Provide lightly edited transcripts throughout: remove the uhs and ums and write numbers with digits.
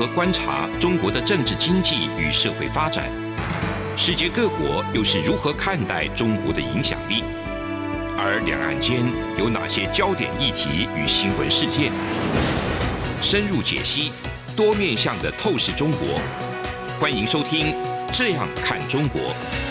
何观察中国的政治经济与社会发展？世界各国又是如何看待中国的影响力？而两岸间有哪些焦点议题与新闻事件？深入解析，多面向的透视中国。欢迎收听《这样看中国》。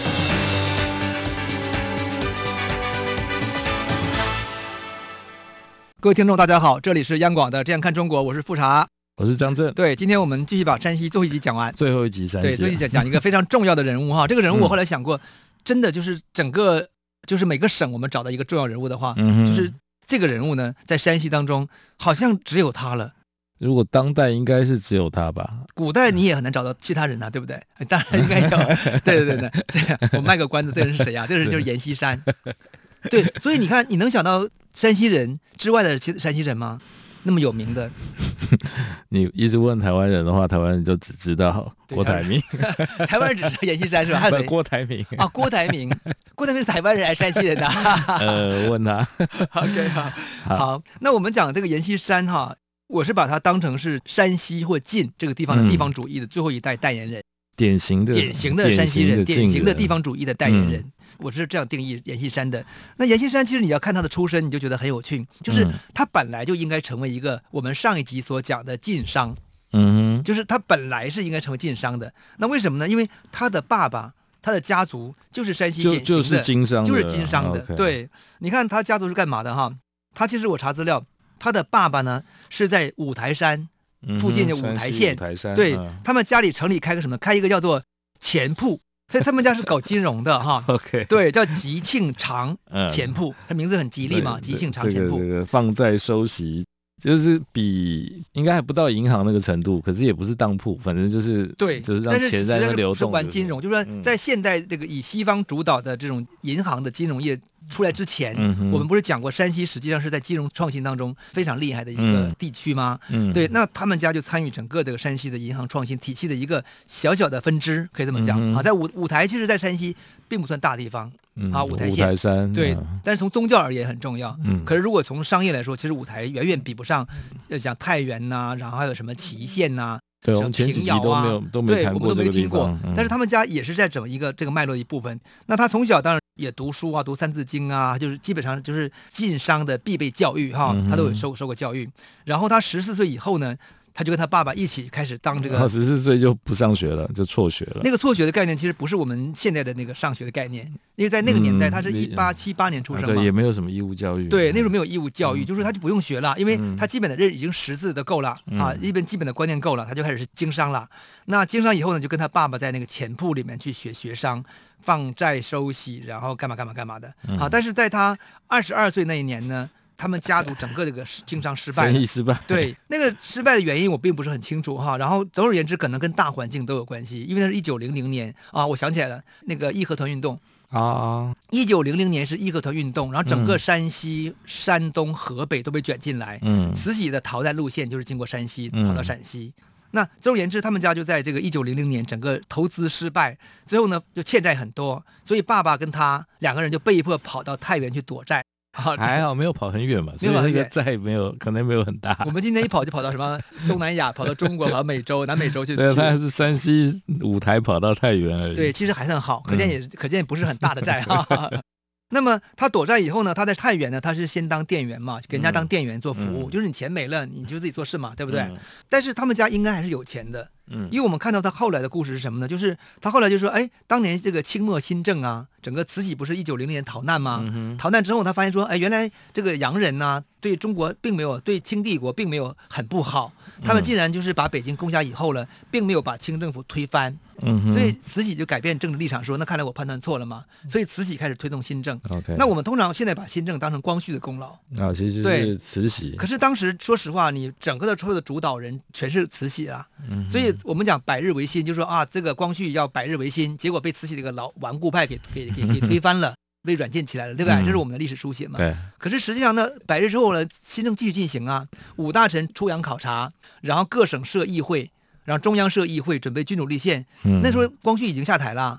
各位听众大家好，这里是央广的《这样看中国》，我是富察， 我是张正。 对，今天我们继续把山西最后一集讲完。 最后一集山西， 对，最后一集讲一个非常重要的人物哈。这个人物我后来想过，真的就是整个就是每个省我们找到一个重要人物的话，就是这个人物呢，在山西当中好像只有他了。 如果当代应该是只有他吧， 古代你也很难找到其他人啊，对不对？当然应该有。对，这样我卖个关子，这个人是谁啊？这个人就是阎锡山。对，所以你看，你能想到山西人之外的山西人吗？那么有名的， 你一直问台湾人的话，台湾人就只知道郭台铭。 台湾人只知道阎锡山是吧？还有谁？ 郭台铭啊，郭台铭是台湾人还是山西人啊？ 问他。 OK， 好，那我们讲这个阎锡山哈，我是把他当成是山西或晋这个地方的地方主义的最后一代代言人， 典型的山西人，典型的地方主义的代言人。我是这样定义阎锡山的。那阎锡山其实你要看他的出身，你就觉得很有趣，就是他本来就应该成为一个我们上一集所讲的晋商，就是他本来是应该成为晋商的。那为什么呢？因为他的爸爸，他的家族就是山西典型的， 就是经商的。对，你看他家族是干嘛的哈？他其实我查资料，他的爸爸呢是在五台山附近的五台县，对，他们家里城里开个什么？开一个叫做钱铺。所以他们家是搞金融的哈 ，OK， 对，叫吉庆长钱铺，它名字很吉利嘛，吉庆长钱铺。 这个放债收息，就是比应该还不到银行那个程度，可是也不是当铺，反正就是对， 就是让钱在那流动。 是玩金融，就是说在现代这个以西方主导的这种银行的金融业出来之前，我们不是讲过山西实际上是在金融创新当中非常厉害的一个地区吗？对，那他们家就参与整个这个山西的银行创新体系的一个小小的分支，可以这么讲啊。在五台其实，在山西并不算大地方啊，五台山对，但是从宗教而言很重要。可是如果从商业来说，其实五台远远比不上讲太原呐，然后还有什么祁县呐。 对，我们前几集都没谈过这个地方， 但是他们家也是在整一个这个脉络的一部分。那他从小当然也读书啊，读三字经啊，就是基本上就是晋商的必备教育哈，他都有受过教育。然后他14岁以后呢，他就跟他爸爸一起开始当这个。 14岁就不上学了，就辍学了。 那个辍学的概念其实不是我们现在的那个上学的概念，因为在那个年代他是1878年出生嘛， 对，也没有什么义务教育。 对，那时候没有义务教育，就是他就不用学了，因为他基本的已经识字的够了啊，基本的观念够了，他就开始是经商了。那经商以后呢，就跟他爸爸在那个钱铺里面去学商，放债收息，然后干嘛的啊。但是在他22岁那一年呢，他们家族整个这个经商失败了， 生意失败。 对，那个失败的原因我并不是很清楚哈。然后总而言之，可能跟大环境都有关系，因为那是1900年啊，我想起来了，那个义和团运动啊，1900年是义和团运动，然后整个山西、山东、河北都被卷进来，慈禧的逃难路线就是经过山西逃到陕西。那总而言之，他们家就在这个1900年整个投资失败，最后呢就欠债很多，所以爸爸跟他两个人就被迫跑到太原去躲债。 还好没有跑很远嘛，所以那个债可能没有很大。 我们今天一跑就跑到什么东南亚，跑到中国，跑到美洲、南美洲去。 对，他是山西五台跑到太原而已。 对，其实还算好，可见不是很大的债哈。那么他躲债以后呢，他在太原呢，他是先当店员嘛，给人家当店员做服务，就是你钱没了，你就自己做事嘛，对不对？但是他们家应该还是有钱的，因为我们看到他后来的故事是什么呢？就是他后来就说，哎，当年这个清末新政啊，整个慈禧不是1900年逃难吗？逃难之后，他发现说，哎，原来这个洋人呢，对中国并没有，对清帝国并没有很不好，他们竟然就是把北京攻下以后了，并没有把清政府推翻。所以慈禧就改变政治立场说，那看来我判断错了嘛，所以慈禧开始推动新政。那我们通常现在把新政当成光绪的功劳啊，其实是慈禧。 可是当时说实话，你整个的所有的主导人全是慈禧啊，所以我们讲百日维新，就说啊，这个光绪要百日维新，结果被慈禧这个老顽固派给推翻了，被软禁起来了，对不对？这是我们的历史书写嘛。 对。 可是实际上呢，百日之后呢，新政继续进行啊，五大臣出洋考察，然后各省设议会。然后中央设议会准备君主立宪，那时候光绪已经下台了，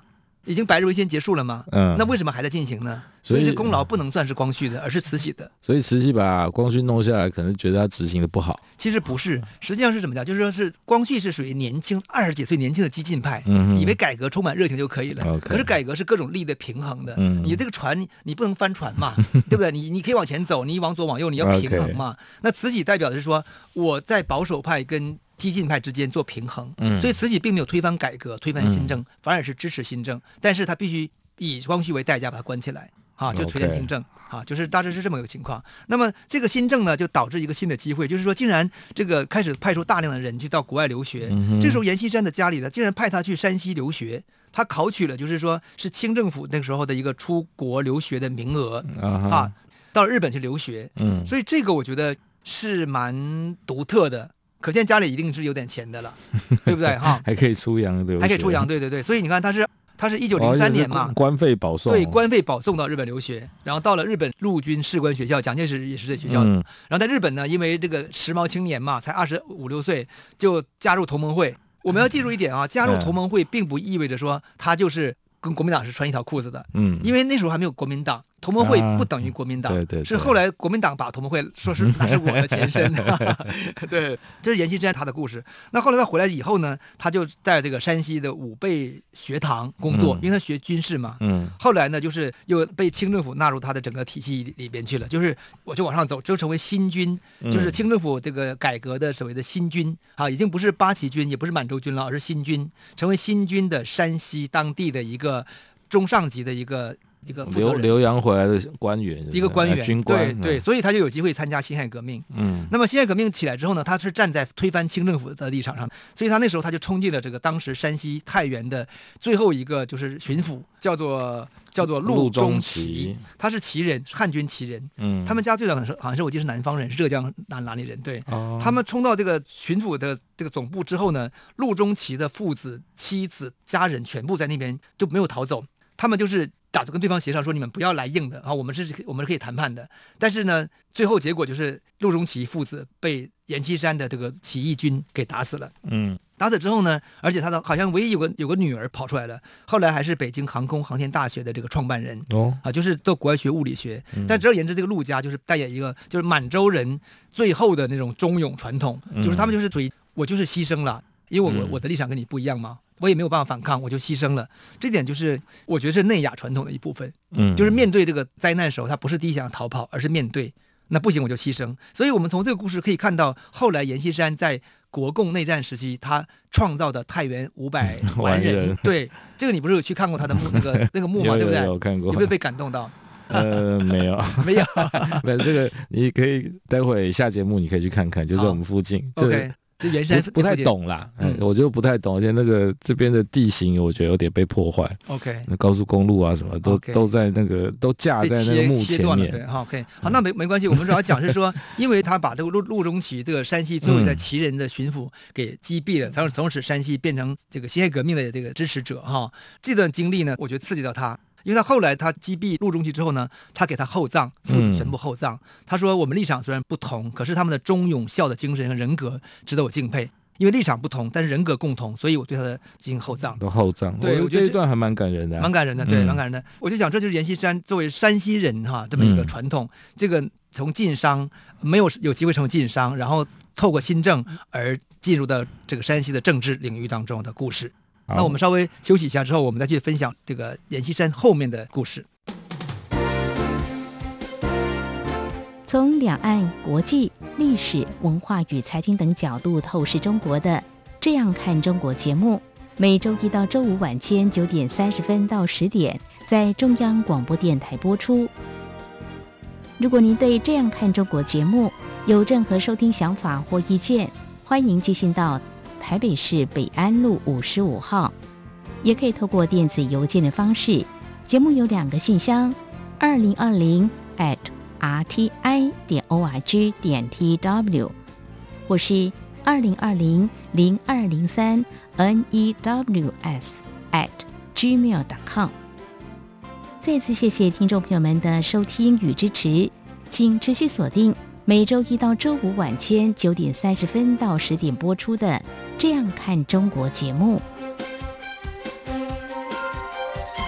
已经白日维新结束了吗？那为什么还在进行呢？所以这功劳不能算是光绪的，而是慈禧的。 所以慈禧把光绪弄下来，可能觉得他执行的不好。 其实不是，实际上是什么讲？就是说是光绪是属于年轻20几岁年轻的激进派，以为改革充满热情就可以了。可是改革是各种力的平衡的，你这个船你不能翻船嘛，对不对？你可以往前走，你往左往右，你要平衡嘛。那慈禧代表的是说我在保守派跟激进派之间做平衡，所以慈禧并没有推翻改革、推翻新政，反而是支持新政，但是他必须以光绪为代价把它关起来。就垂帘听政就是大致是这么一个情况。那么这个新政呢，就导致一个新的机会，就是说，竟然这个开始派出大量的人去到国外留学。这时候阎锡山的家里呢，竟然派他去山西留学，他考取了就是说是清政府那个时候的一个出国留学的名额到日本去留学。所以这个我觉得是蛮独特的。可见家里一定是有点钱的了，对不对还可以出洋留学， 还可以出洋，对。所以你看他是1903年嘛， 官费保送， 对，官费保送到日本留学，然后到了日本陆军士官学校，蒋介石也是这学校的。然后在日本呢，因为这个时髦青年嘛，才25、26岁就加入同盟会。我们要记住一点加入同盟会并不意味着说他就是跟国民党是穿一条裤子的，因为那时候还没有国民党。同盟会不等于国民党， 对， 是后来国民党把同盟会说是那是我的前身对，这是阎锡山他的故事。那后来他回来以后呢，他就在这个山西的武备学堂工作，因为他学军事嘛。后来呢，就是又被清政府纳入他的整个体系里边去了，就是我就往上走，就成为新军，就是清政府这个改革的所谓的新军已经不是八旗军，也不是满洲军了，而是新军，成为新军的山西当地的一个中上级的一个负责人， 留洋回来的官员， 一个官员， 军官， 对，所以他就有机会参加辛亥革命。那么辛亥革命起来之后呢，他是站在推翻清政府的立场上，所以他那时候他就冲进了这个当时山西太原的最后一个就是巡抚，叫做陆中奇，他是旗人，汉军旗人。他们家最早好像是我记得是南方人，是浙江哪里人。对，他们冲到这个巡抚的这个总部之后呢，陆中奇的父子、妻子、家人全部在那边就没有逃走，他们就是打着跟对方协商说，你们不要来硬的我们是可以谈判的。但是呢，最后结果就是陆中奇父子被阎锡山的这个起义军给打死了。打死之后呢，而且他的好像唯一有个女儿跑出来了，后来还是北京航空航天大学的这个创办人就是到国外学物理学。但只要言之，这个陆家就是代言一个就是满洲人最后的那种忠勇传统，就是他们就是属于我就是牺牲了，因为我的立场跟你不一样嘛，我也没有办法反抗，我就牺牲了。这点就是我觉得是内亚传统的一部分。就是面对这个灾难的时候，他不是第一想逃跑，而是面对，那不行我就牺牲。所以我们从这个故事可以看到，后来阎锡山在国共内战时期他创造的太原500万人对，这个你不是有去看过他的那个墓吗？对不对？ 有看过。 有没有被感动到？ 没有没有这个你可以待会下节目你可以去看看，就在我们附近。 OK，就盐山不太懂啦，我就不太懂，而且那个这边的地形我觉得有点被破坏。 OK， 高速公路啊什么都在那个都架在那个墓前面。 对，OK， 好，那没关系，我们主要讲是说，因为他把这个陆中奇这个山西作为在旗人的巡抚给击毙了，从使山西变成这个辛亥革命的这个支持者这段经历呢，我觉得刺激到他。因为他后来他击毙陆中奇之后呢，他给他厚葬，父子全部厚葬。他说我们立场虽然不同，可是他们的忠勇孝的精神和人格值得我敬佩。因为立场不同，但是人格共同，所以我对他的进行厚葬。 都厚葬，对，我觉得这一段还蛮感人的， 蛮感人的，对，蛮感人的。我就想，这就是阎锡山作为山西人这么一个传统，这个从晋商没有机会成为晋商，然后透过新政而进入到这个山西的政治领域当中的故事。那我们稍微休息一下之后，我们再去分享这个阎锡山后面的故事。 从两岸、国际、历史、文化与财经等角度透视中国的《这样看中国》节目，每周一到周五晚间9点30分到10点在中央广播电台播出。如果您对《这样看中国》节目有任何收听想法或意见，欢迎寄信到台北市北安路55号，也可以透过电子邮件的方式。节目有2个信箱2020@rti.org.tw 或是2020-0203-news@gmail.com。 再次谢谢听众朋友们的收听与支持，请持续锁定每周一到周五晚间9点30分到10点播出的《这样看中国》节目。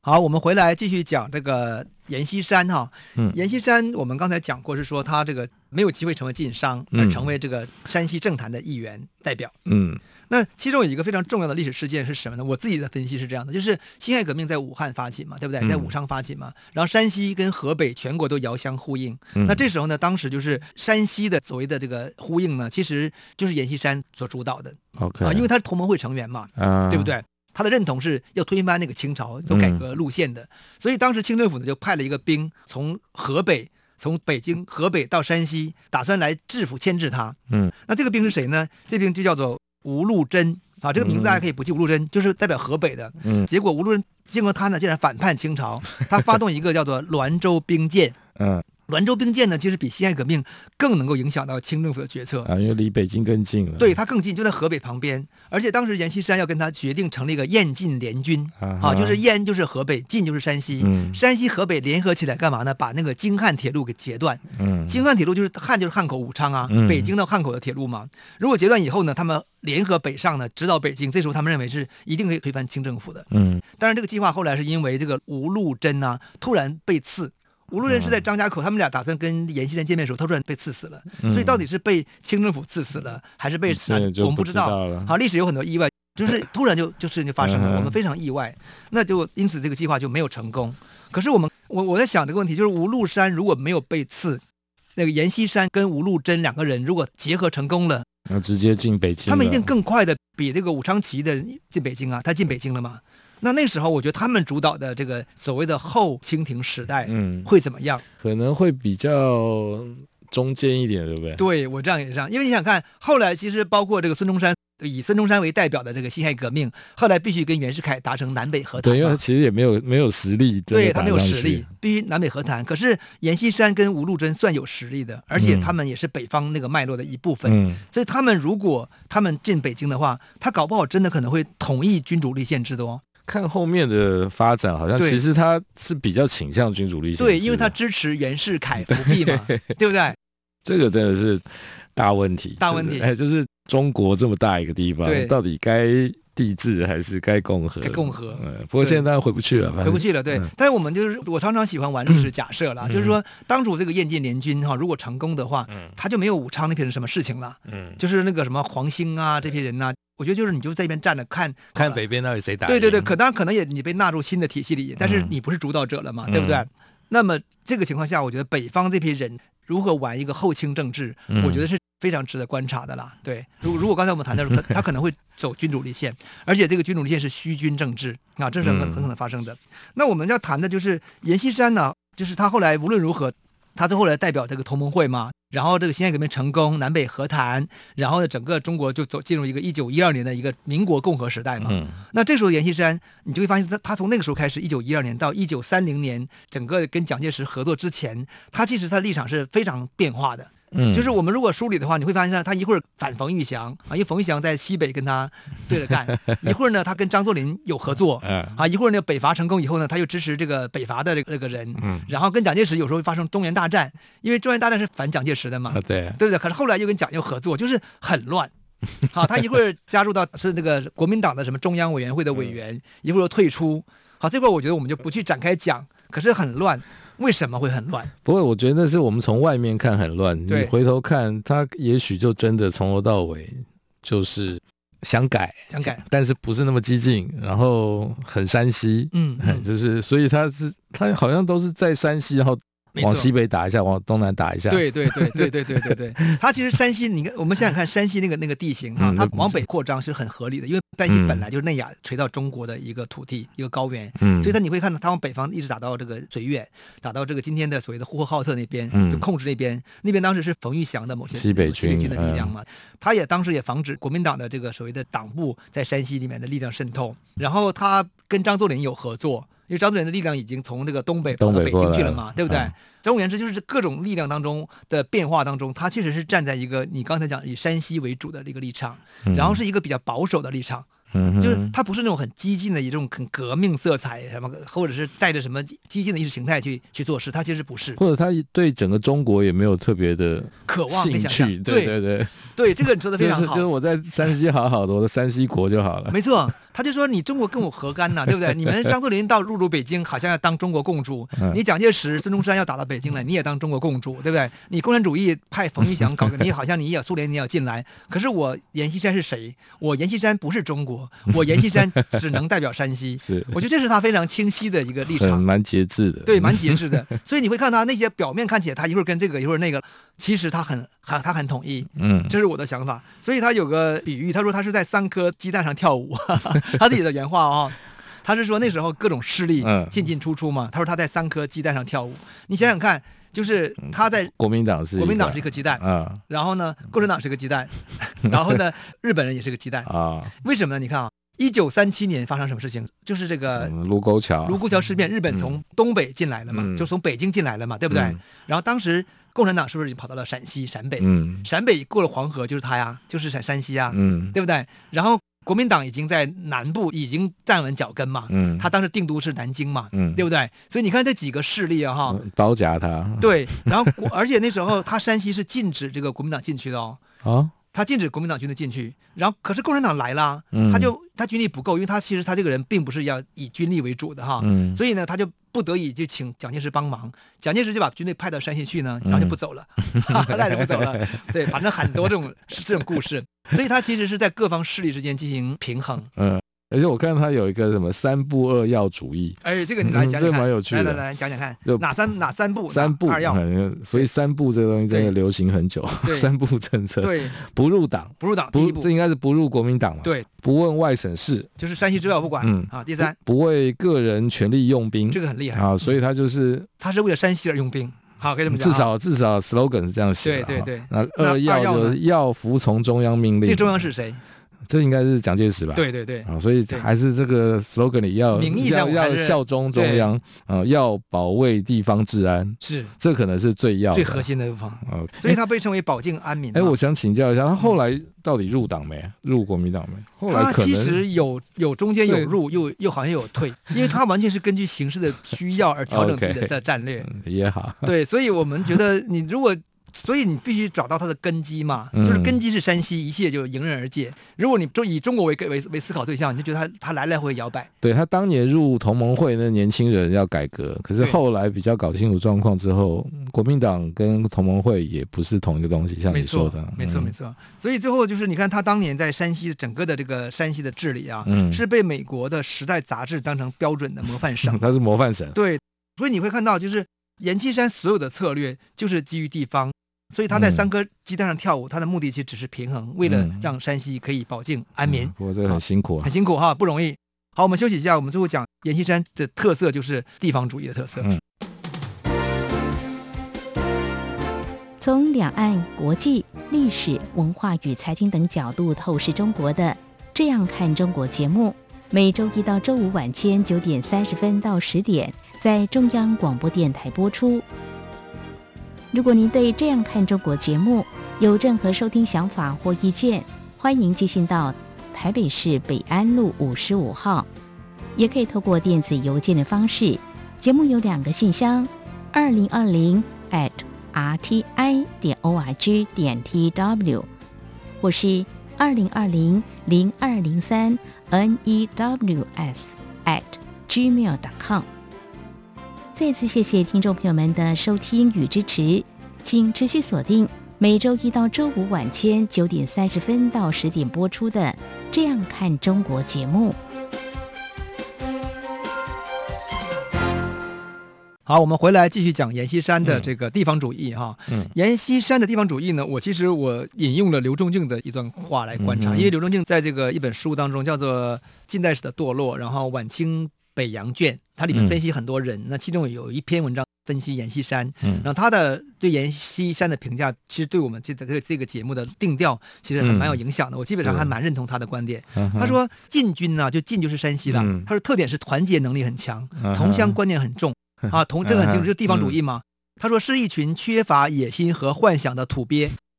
好，我们回来继续讲这个阎锡山哈。阎锡山我们刚才讲过，是说他这个没有机会成为晋商，而成为这个山西政坛的议员代表。那其中有一个非常重要的历史事件是什么呢？我自己的分析是这样的，就是辛亥革命在武汉发起嘛，对不对？在武昌发起嘛，然后山西跟河北全国都遥相呼应。那这时候呢，当时就是山西的所谓的这个呼应呢，其实就是阎锡山所主导的。因为他是同盟会成员嘛，对不对？他的认同是要推翻那个清朝，走改革路线的。所以当时清政府呢就派了一个兵从北京河北到山西，打算来牵制他。那这个兵是谁呢？这兵就叫做吴禄贞啊，这个名字大家可以不记。吴禄贞就是代表河北的。结果吴禄贞经过他呢，竟然反叛清朝，他发动一个叫做滦州兵谏。滦州兵谏呢，其实比辛亥革命更能够影响到清政府的决策啊，因为离北京更近了。 对，它更近，就在河北旁边。而且当时阎锡山要跟他决定成立一个燕晋联军就是燕就是河北，晋就是山西，山西河北联合起来干嘛呢？把那个京汉铁路给截断。京汉铁路就是汉口武昌啊，北京到汉口的铁路嘛。如果截断以后呢，他们联合北上呢，直捣北京。这时候他们认为是一定可以推翻清政府的。当然这个计划后来是因为这个吴禄贞啊突然被刺。吴禄贞是在张家口，他们俩打算跟阎锡山见面的时候，他突然被刺死了。所以到底是被清政府刺死了，还是被我们不知道。好，历史有很多意外，就是突然就发生了，我们非常意外。那就因此这个计划就没有成功。可是我在想这个问题，就是吴禄山如果没有被刺，那个阎锡山跟吴禄贞两个人如果结合成功了， 那直接进北京， 他们一定更快的比这个武昌起义的人进北京啊，他进北京了嘛。那时候我觉得他们主导的这个所谓的后清廷时代会怎么样？ 可能会比较中间一点，对不对？ 对，我这样也是这样，因为你想看后来其实包括这个孙中山，以孙中山为代表的这个辛亥革命，后来必须跟袁世凯达成南北和谈。 对，因为他其实也没有实力， 对，他没有实力，必须南北和谈。可是阎锡山跟吴禄贞算有实力的，而且他们也是北方那个脉络的一部分。所以如果他们进北京的话，他搞不好真的可能会统一君主立宪制的哦。 看后面的发展，好像其实他是比较倾向君主立宪制。 对，因为他支持袁世凯复辟嘛，对不对？ 这个真的是大问题，就是中国这么大一个地方，到底该帝制还是该共和？不过现在回不去了， 回不去了。对，但是我常常喜欢玩历史假设啦，就是说当初这个燕晋联军如果成功的话，他就没有武昌那批人什么事情了。就是那个什么黄兴啊这批人啊，我觉得就是你就在一边站着看北边到底谁打。 对，当然可能也你被纳入新的体系里，但是你不是主导者了嘛，对不对？那么这个情况下，我觉得北方这批人如何玩一个后清政治，我觉得是非常值得观察的啦。对，如果刚才我们谈的时候，他可能会走君主立宪，而且这个君主立宪是虚君政治啊，这是很可能发生的。那我们要谈的就是阎锡山呢，就是他后来无论如何，他最后来代表这个同盟会嘛，然后这个辛亥革命成功，南北和谈，然后呢整个中国就进入一个1912年的一个民国共和时代嘛。那这时候阎锡山你就会发现他从那个时候开始，1912年到1930年，整个跟蒋介石合作之前，他其实他的立场是非常变化的。就是我们如果梳理的话，你会发现他一会儿反冯玉祥啊，因为冯玉祥在西北跟他对着干；一会儿呢，他跟张作霖有合作啊；一会儿呢，北伐成功以后呢，他又支持这个北伐的这个人，然后跟蒋介石有时候会发生中原大战，因为中原大战是反蒋介石的嘛，对不对？可是后来又跟蒋又合作，就是很乱。好，他一会儿加入到是那个国民党的什么中央委员会的委员，一会儿又退出。好，这块我觉得我们就不去展开讲，可是很乱。为什么会很乱？ 不过我觉得那是我们从外面看很乱，你回头看他也许就真的从头到尾就是想改，但是不是那么激进，然后很山西，就是所以他好像都是在山西，然后往西北打一下，往东南打一下。 对，他其实山西，你看我们想想看，山西那个地形啊，它往北扩张是很合理的，因为山西本来就是内亚垂到中国的一个土地，一个高原，所以你会看到他往北方一直打到这个绥远，打到这个今天的所谓的呼和浩特那边，就控制那边当时是冯玉祥的某些西北军的力量嘛，他也当时也防止国民党的这个所谓的党部在山西里面的力量渗透，然后他跟张作霖有合作。因为张作霖的力量已经从那个东北跑到北京去了嘛，对不对？总而言之，就是各种力量当中的变化当中，他确实是站在一个你刚才讲以山西为主的这个立场，然后是一个比较保守的立场就是它不是那种很激进的一种很革命色彩什么，或者是带着什么激进的意识形态去做事，它其实不是， 或者他对整个中国也没有特别的渴望兴趣， 对，这个你说的非常好， 就是我在山西好好的，我的山西国就好了， 没错。他就说你中国跟我何干呢，对不对？你们张作霖到入主北京，好像要当中国共主；你蒋介石、孙中山要打到北京来，你也当中国共主，对不对？你共产主义派冯玉祥搞个，你好像你也苏联你也要进来。可是我阎锡山是谁？我阎锡山不是中国，我阎锡山只能代表山西。 是， 我觉得这是他非常清晰的一个立场， 蛮节制的。 对，蛮节制的。所以你会看到那些表面看起来他一会儿跟这个一会儿那个，其实他很统一。这是我的想法。所以他有个比喻，他说他是在3颗鸡蛋上跳舞。他自己的原话哦，他是说那时候各种势力进出嘛，他说他在3颗鸡蛋上跳舞。你想想看，就是他在国民党是一颗鸡蛋然后呢共产党是个鸡蛋，然后呢日本人也是个鸡蛋为什么呢？你看啊，1937年发生什么事情？就是这个卢沟桥事变，日本从东北进来了嘛，就从北京进来了嘛，对不对？然后当时共产党是不是跑到了陕西、陕北？陕北过了黄河就是他呀，就是山西呀，对不对？然后国民党已经在南部已经站稳脚跟嘛，他当时定都是南京嘛，对不对？所以你看这几个势力啊， 包夹他。 对，然后而且那时候他山西是禁止这个国民党进去的他禁止国民党军队进去，然后可是共产党来了，他军力不够，因为其实他这个人并不是要以军力为主的所以呢他就不得已就请蒋介石帮忙，蒋介石就把军队派到山西去呢，然后就不走了，带着不走了。对，反正很多这种故事，所以他其实是在各方势力之间进行平衡。 而且我看他有一个什么3不2要主义， 这个你来讲讲看， 这蛮有趣的， 来讲讲看，哪三步 ？3不2要，所以3不这个东西真的流行很久，3不政策， 对， 不入党， 第一步， 这应该是不入国民党嘛， 对， 不问外省事， 就是山西之外不管，第3， 不为个人权力用兵， 这个很厉害所以他是为了山西而用兵。好，可以这么讲。 至少 slogan 是这样写的。 对。 那2要要服从中央命令。 这中央是谁？ 这应该是蒋介石吧？ 对。 所以还是这个 slogan 里要效忠中央要保卫地方治安， 是这可能是最核心的地方。所以他被称为保境安民。 我想请教一下，他后来到底入党没？入国民党没？后来他其实有中间有入，又好像有退，因为他完全是根据形势的需要而调整自己的战略。 也好。 对，所以我们觉得所以你必须找到它的根基嘛，就是根基是山西，一切就迎刃而解。如果你以中国为思考对象，你就觉得他来回摇摆。 对，他当年入同盟会那年轻人要改革，可是后来比较搞清楚状况之后，国民党跟同盟会也不是同一个东西，像你说的。 没错。所以最后就是你看他当年在山西整个的这个山西的治理是被美国的《时代》杂志当成标准的模范省。 他是模范省。 对，所以你会看到就是阎锡山所有的策略就是基于地方。所以他在3颗鸡蛋上跳舞，他的目的其实只是平衡，为了让山西可以保境安民。 不过这个很辛苦很辛苦不容易。好，我们休息一下，我们最后讲阎锡山的特色就是地方主义的特色。 从两岸、国际、历史、文化与财经等角度透视中国的《这样看中国》节目，每周一到周五晚间9点30分到10点，在中央广播电台播出。如果您对《这样看中国》节目有任何收听想法或意见，欢迎寄信到台北市北安路55号，也可以透过电子邮件的方式。节目有2个信箱2020@rti.org.tw 或是2020-0203-news@gmail.com。再次谢谢听众朋友们的收听与支持，请持续锁定每周一到周五晚间9点30分到10点播出的《这样看中国》节目。 好，我们回来继续讲阎锡山的这个地方主义阎锡山的地方主义呢，我引用了刘仲敬的一段话来观察，因为刘仲敬在这个一本书当中叫做《近代史的堕落》，然后晚清北洋卷，它里面分析很多人，那其中有一篇文章分析阎锡山，然后他的对阎锡山的评价，其实对我们这个节目的定调其实还蛮有影响的。我基本上还蛮认同他的观点。他说晋军就晋就是山西了，他说特点是团结能力很强，同乡观念很重这个很清楚，就是地方主义嘛。他说是一群缺乏野心和幻想的土鳖，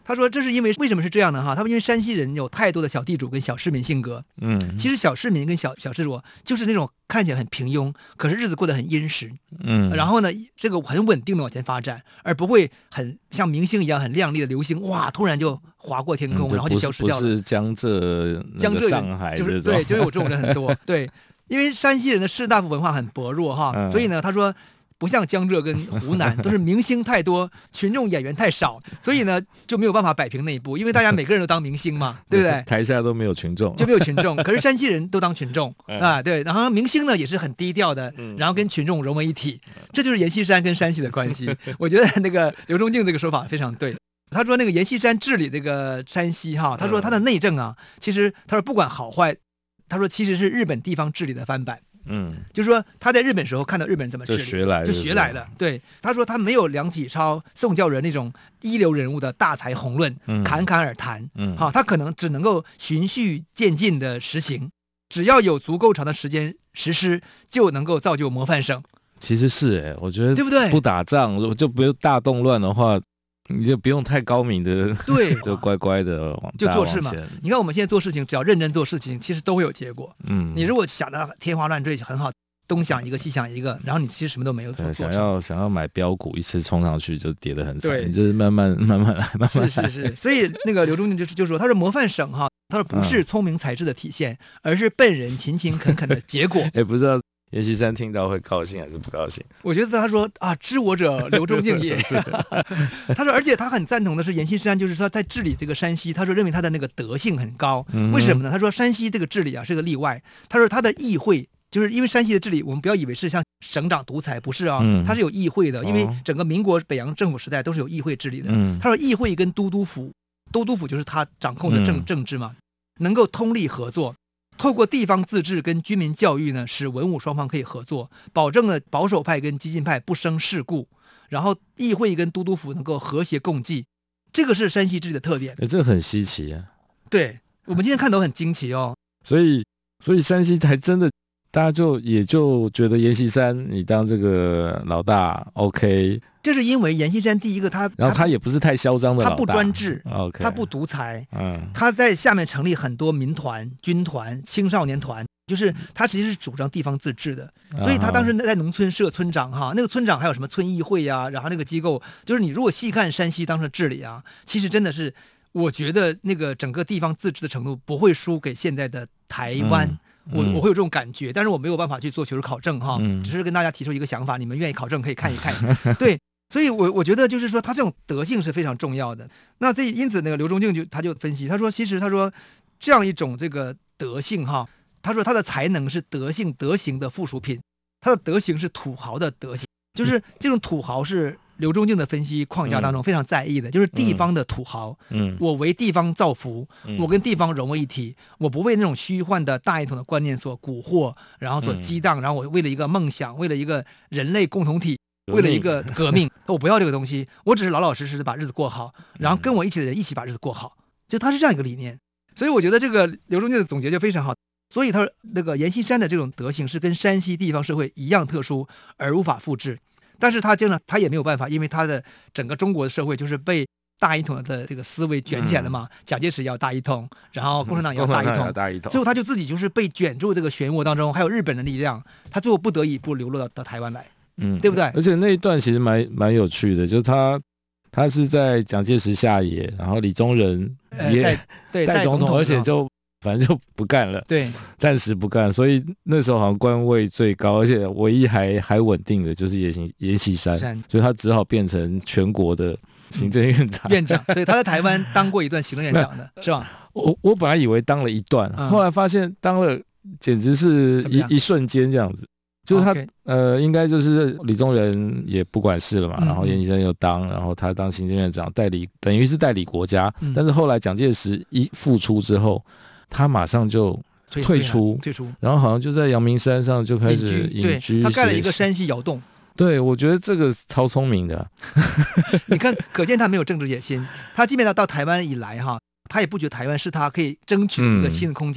他说这是因为为什么是这样呢？他们因为山西人有太多的小地主跟小市民性格。其实小市民跟小地主就是那种看起来很平庸，可是日子过得很殷实。然后呢，这个很稳定的往前发展，而不会很像明星一样很亮丽的流星，哇，突然就划过天空，然后就消失掉了。 不是江浙上海就是对，就有这种人很多。对，因为山西人的士大夫文化很薄弱所以呢，他说。不像江浙跟湖南都是明星太多，群众演员太少，所以呢就没有办法摆平那一步，因为大家每个人都当明星嘛，对不对？ 台下都没有群众， 就没有群众。可是山西人都当群众对，然后明星呢也是很低调的，然后跟群众融为一体，这就是阎锡山跟山西的关系。我觉得那个刘仲敬这个说法非常对。他说那个阎锡山治理这个山西他说他的内政其实他说不管好坏，他说其实是日本地方治理的翻版。就是说他在日本时候看到日本人怎么治理，就学来了。对，他说他没有梁启超、宋教仁那种一流人物的大才宏论，侃侃而谈。他可能只能够循序渐进的实行，只要有足够长的时间实施，就能够造就模范省。 其实是我觉得对不对？ 不打仗就不用大动乱的话。你就不用太高明的， 对， 就乖乖的就做事嘛。你看我们现在做事情，只要认真做事情，其实都会有结果。你如果想的天花乱坠，很好，东想一个西想一个，然后你其实什么都没有做。 想要买标股，一次冲上去就跌得很惨。你就是慢慢来。 是。所以那个刘仲敬就说，他说模范省他说不是聪明才智的体现，而是笨人勤勤恳恳的结果。 不知道阎锡山听到会高兴还是不高兴？ 我觉得他说知我者刘仲敬也。他说，而且他很赞同的是阎锡山，就是说在治理这个山西，他说认为他的那个德性很高。为什么呢？他说山西这个治理是个例外。他说他的议会，就是因为山西的治理，我们不要以为是像省长独裁，不是他是有议会的。因为整个民国北洋政府时代都是有议会治理的。他说议会跟都督府就是他掌控的政治嘛，能够通力合作。透过地方自治跟居民教育呢，使文武双方可以合作，保证了保守派跟激进派不生事故，然后议会跟都督府能够和谐共济，这个是山西治理的特点。 这个很稀奇对，我们今天看都很惊奇所以山西才真的大家也就觉得阎锡山你当这个老大 OK。 这是因为阎锡山第一个然后他也不是太嚣张的老大， 他不专制 ，okay， 他不独裁，他在下面成立很多民团、军团、青少年团，就是他其实是主张地方自治的。所以他当时在农村设村长那个村长还有什么村议会然后那个机构，就是你如果细看山西当时的治理其实真的是我觉得那个整个地方自治的程度不会输给现在的台湾。我会有这种感觉，但是我没有办法去做学术考证只是跟大家提出一个想法，你们愿意考证可以看一看。对，所以我觉得就是说他这种德性是非常重要的。那因此那个刘仲敬他就分析，他说其实他说这样一种这个德性他说他的才能是德性德行的附属品，他的德行是土豪的德行，就是这种土豪是刘仲敬的分析框架当中非常在意的，就是地方的土豪。我为地方造福，我跟地方融为一体，我不为那种虚幻的大一统的观念所蛊惑，然后所激荡，然后我为了一个梦想，为了一个人类共同体，为了一个革命，我不要这个东西，我只是老老实实的把日子过好，然后跟我一起的人一起把日子过好，就他是这样一个理念。所以我觉得这个刘仲敬的总结就非常好。所以他说那个阎锡山的这种德行是跟山西地方社会一样特殊而无法复制。但是他也没有办法，因为他的整个中国的社会就是被大一统的这个思维卷起来了嘛。蒋介石要大一统，然后共产党也要大一统，最后他就自己就是被卷入这个漩涡当中，还有日本的力量，他最后不得已不流落到台湾来，对不对？ 而且那一段其实蛮有趣的，就是他是在蒋介石下野，然后李宗仁也代总统，而且就反正就不干了， 对， 暂时不干，所以那时候好像官位最高，而且唯一还稳定的就是阎锡山，所以他只好变成全国的行政院长。 对，他在台湾当过一段行政院长的，是吧？ 我本来以为当了一段，后来发现当了简直是一瞬间这样子。就是他应该就是李宗仁也不管事了嘛，然后阎锡山又当，然后他当行政院长，等于是代理国家。但是后来蒋介石一复出之后，他马上就退出，然后好像就在阳明山上就开始隐居， 他盖了一个山西窑洞。 对，我觉得这个超聪明的。 你看，可见他没有政治野心。他即便到台湾以来他也不觉得台湾是他可以争取一个新的空间。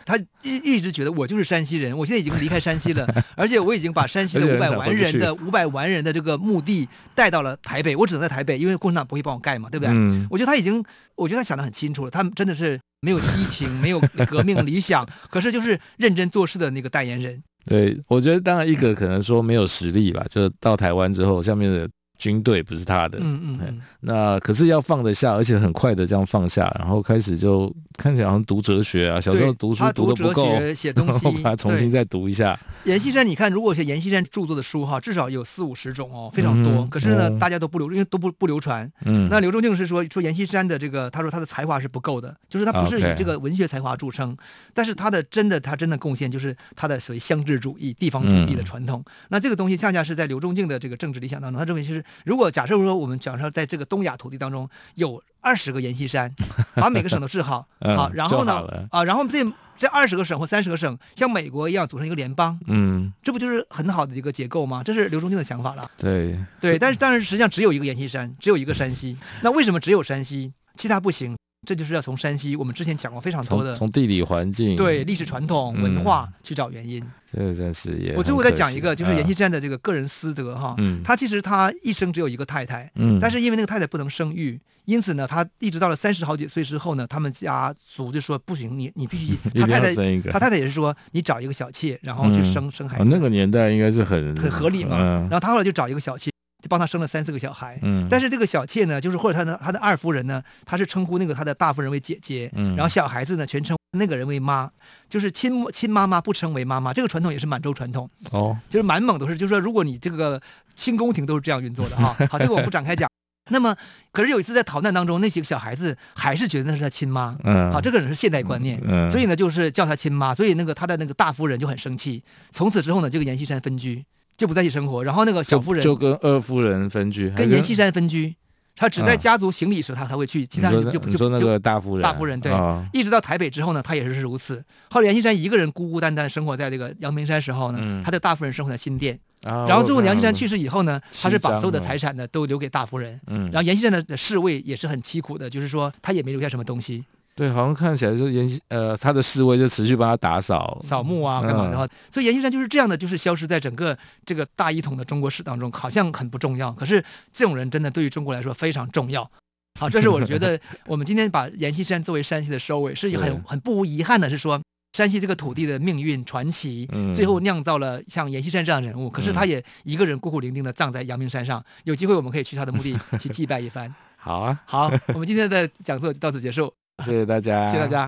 他一直觉得我就是山西人，我现在已经离开山西了，而且我已经把山西的500万人的这个墓地带到了台北，我只能在台北，因为共产党不会帮我盖嘛，对不对？我觉得他想得很清楚了，他真的是没有激情，没有革命理想，可是就是认真做事的那个代言人。 对，我觉得当然一个可能说没有实力吧，就到台湾之后，下面的军队不是他的，那可是要放得下，而且很快的这样放下，然后开始就看起来好像读哲学啊，小时候读书读得不够， 写东西， 然后把它重新再读一下。 阎锡山，你看，如果是阎锡山著作的书哈，至少有40-50种哦，非常多。可是呢，大家都不因为都不流传。那刘仲敬是说阎锡山的这个，他说他的才华是不够的，就是他不是以这个文学才华著称，但是他真的贡献就是他的所谓乡志主义、地方主义的传统。那这个东西恰恰是在刘仲敬的这个政治理想当中，他认为就是如果假设说我们假设在这个东亚土地当中有20个阎锡山，把每个省都治好，好，然后呢然后这20个省或30个省像美国一样组成一个联邦，这不就是很好的一个结构吗？这是刘仲敬的想法了。对，但是当然实际上只有一个阎锡山，只有一个山西。那为什么只有山西，其他不行？这就是要从山西，我们之前讲过非常多的， 从地理环境、 对历史传统、文化去找原因。 这个真是也。 我最后再讲一个，就是阎锡山的这个个人私德哈。他其实他一生只有一个太太，但是因为那个太太不能生育，因此呢，他一直到了30好几岁之后呢，他们家族就说不行，你必须。他太太也是说你找一个小妾，然后去生孩子。 那个年代应该是很合理嘛。然后他后来就找一个小妾。就帮他生了3-4个小孩，但是这个小妾呢，就是或者他的二夫人呢，他是称呼那个他的大夫人为姐姐，然后小孩子呢全称那个人为妈，就是亲妈妈不称为妈妈，这个传统也是满洲传统哦，就是满蒙都是，就是说如果你这个清宫廷都是这样运作的哈。好，这个我不展开讲。那么，可是有一次在逃难当中，那几个小孩子还是觉得那是他亲妈，好，这个人是现代观念，所以呢就是叫他亲妈，所以他的那个大夫人就很生气，从此之后呢，这个阎锡山分居。就不在一起生活，然后那个小夫人就跟二夫人分居， 跟阎锡山分居，他只在家族行礼时他才会去，其他人就你说那个大夫人对，一直到台北之后呢，他也是如此。后来阎锡山一个人孤孤单单生活在这个阳明山时候呢，他的大夫人生活在新店，然后最后阎锡山去世以后呢，他是把所有的财产呢都留给大夫人，然后阎锡山的侍卫也是很凄苦的，就是说他也没留下什么东西。 对，好像看起来就是他的侍卫就持续帮他打扫墓啊，干嘛的？所以阎锡山就是这样的，就是消失在整个这个大一统的中国史当中，好像很不重要。可是这种人真的对于中国来说非常重要。好，这是我觉得我们今天把阎锡山作为山西的收尾，是很不无遗憾的，是说山西这个土地的命运传奇，最后酿造了像阎锡山这样的人物。可是他也一个人孤苦伶仃的葬在阳明山上。有机会我们可以去他的墓地去祭拜一番。 好啊， 好，我们今天的讲座就到此结束。 谢谢大家， 谢谢大家。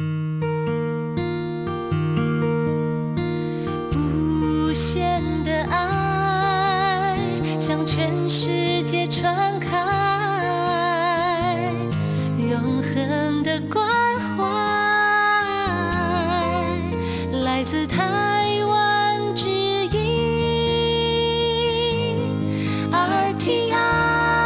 无限的爱向全世界传开，永恒的关怀来自台湾之音 RTI。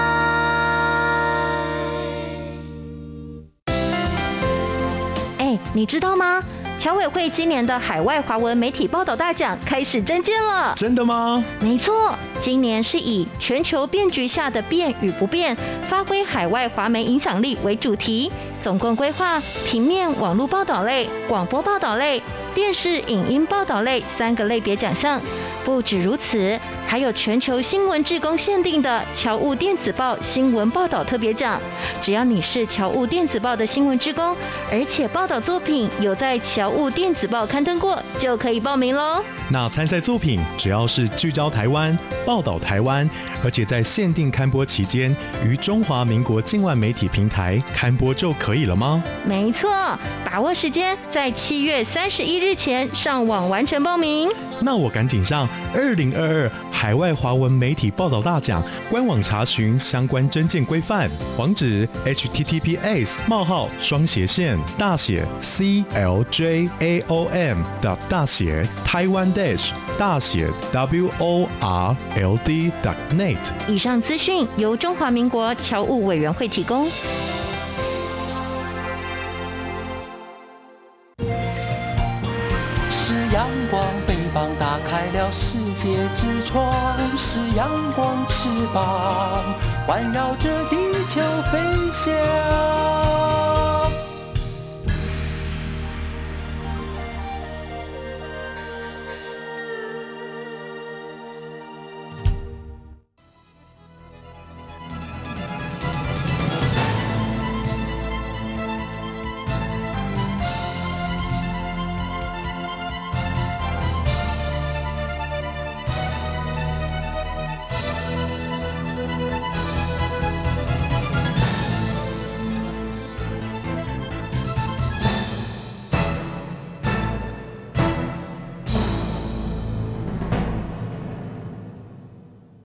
你知道吗？侨委会今年的海外华文媒体报道大奖开始征件了。 真的吗？ 没错，今年是以全球变局下的变与不变，发挥海外华媒影响力为主题，总共规划平面、网络报道类、广播报道类、电视影音报道类3个类别奖项。不止如此，还有全球新闻志工限定的侨务电子报新闻报道特别奖。只要你是侨务电子报的新闻志工，而且报道作品有在侨务电子报刊登过，就可以报名咯。 那参赛作品只要是聚焦台湾、报道台湾，而且在限定刊播期间于中华民国境外媒体平台刊播就可以了吗？ 没错，把握时间，在7月31日前上网完成报名。 那我赶紧上2022海外华文媒体报道大奖官网查询相关征件规范，网址 https://CLJAOM.CLJTaiwan-world.net。 以上资讯由中华民国侨务委员会提供。 是阳光，翅膀打开了世界之窗，是阳光翅膀环绕着地球飞翔。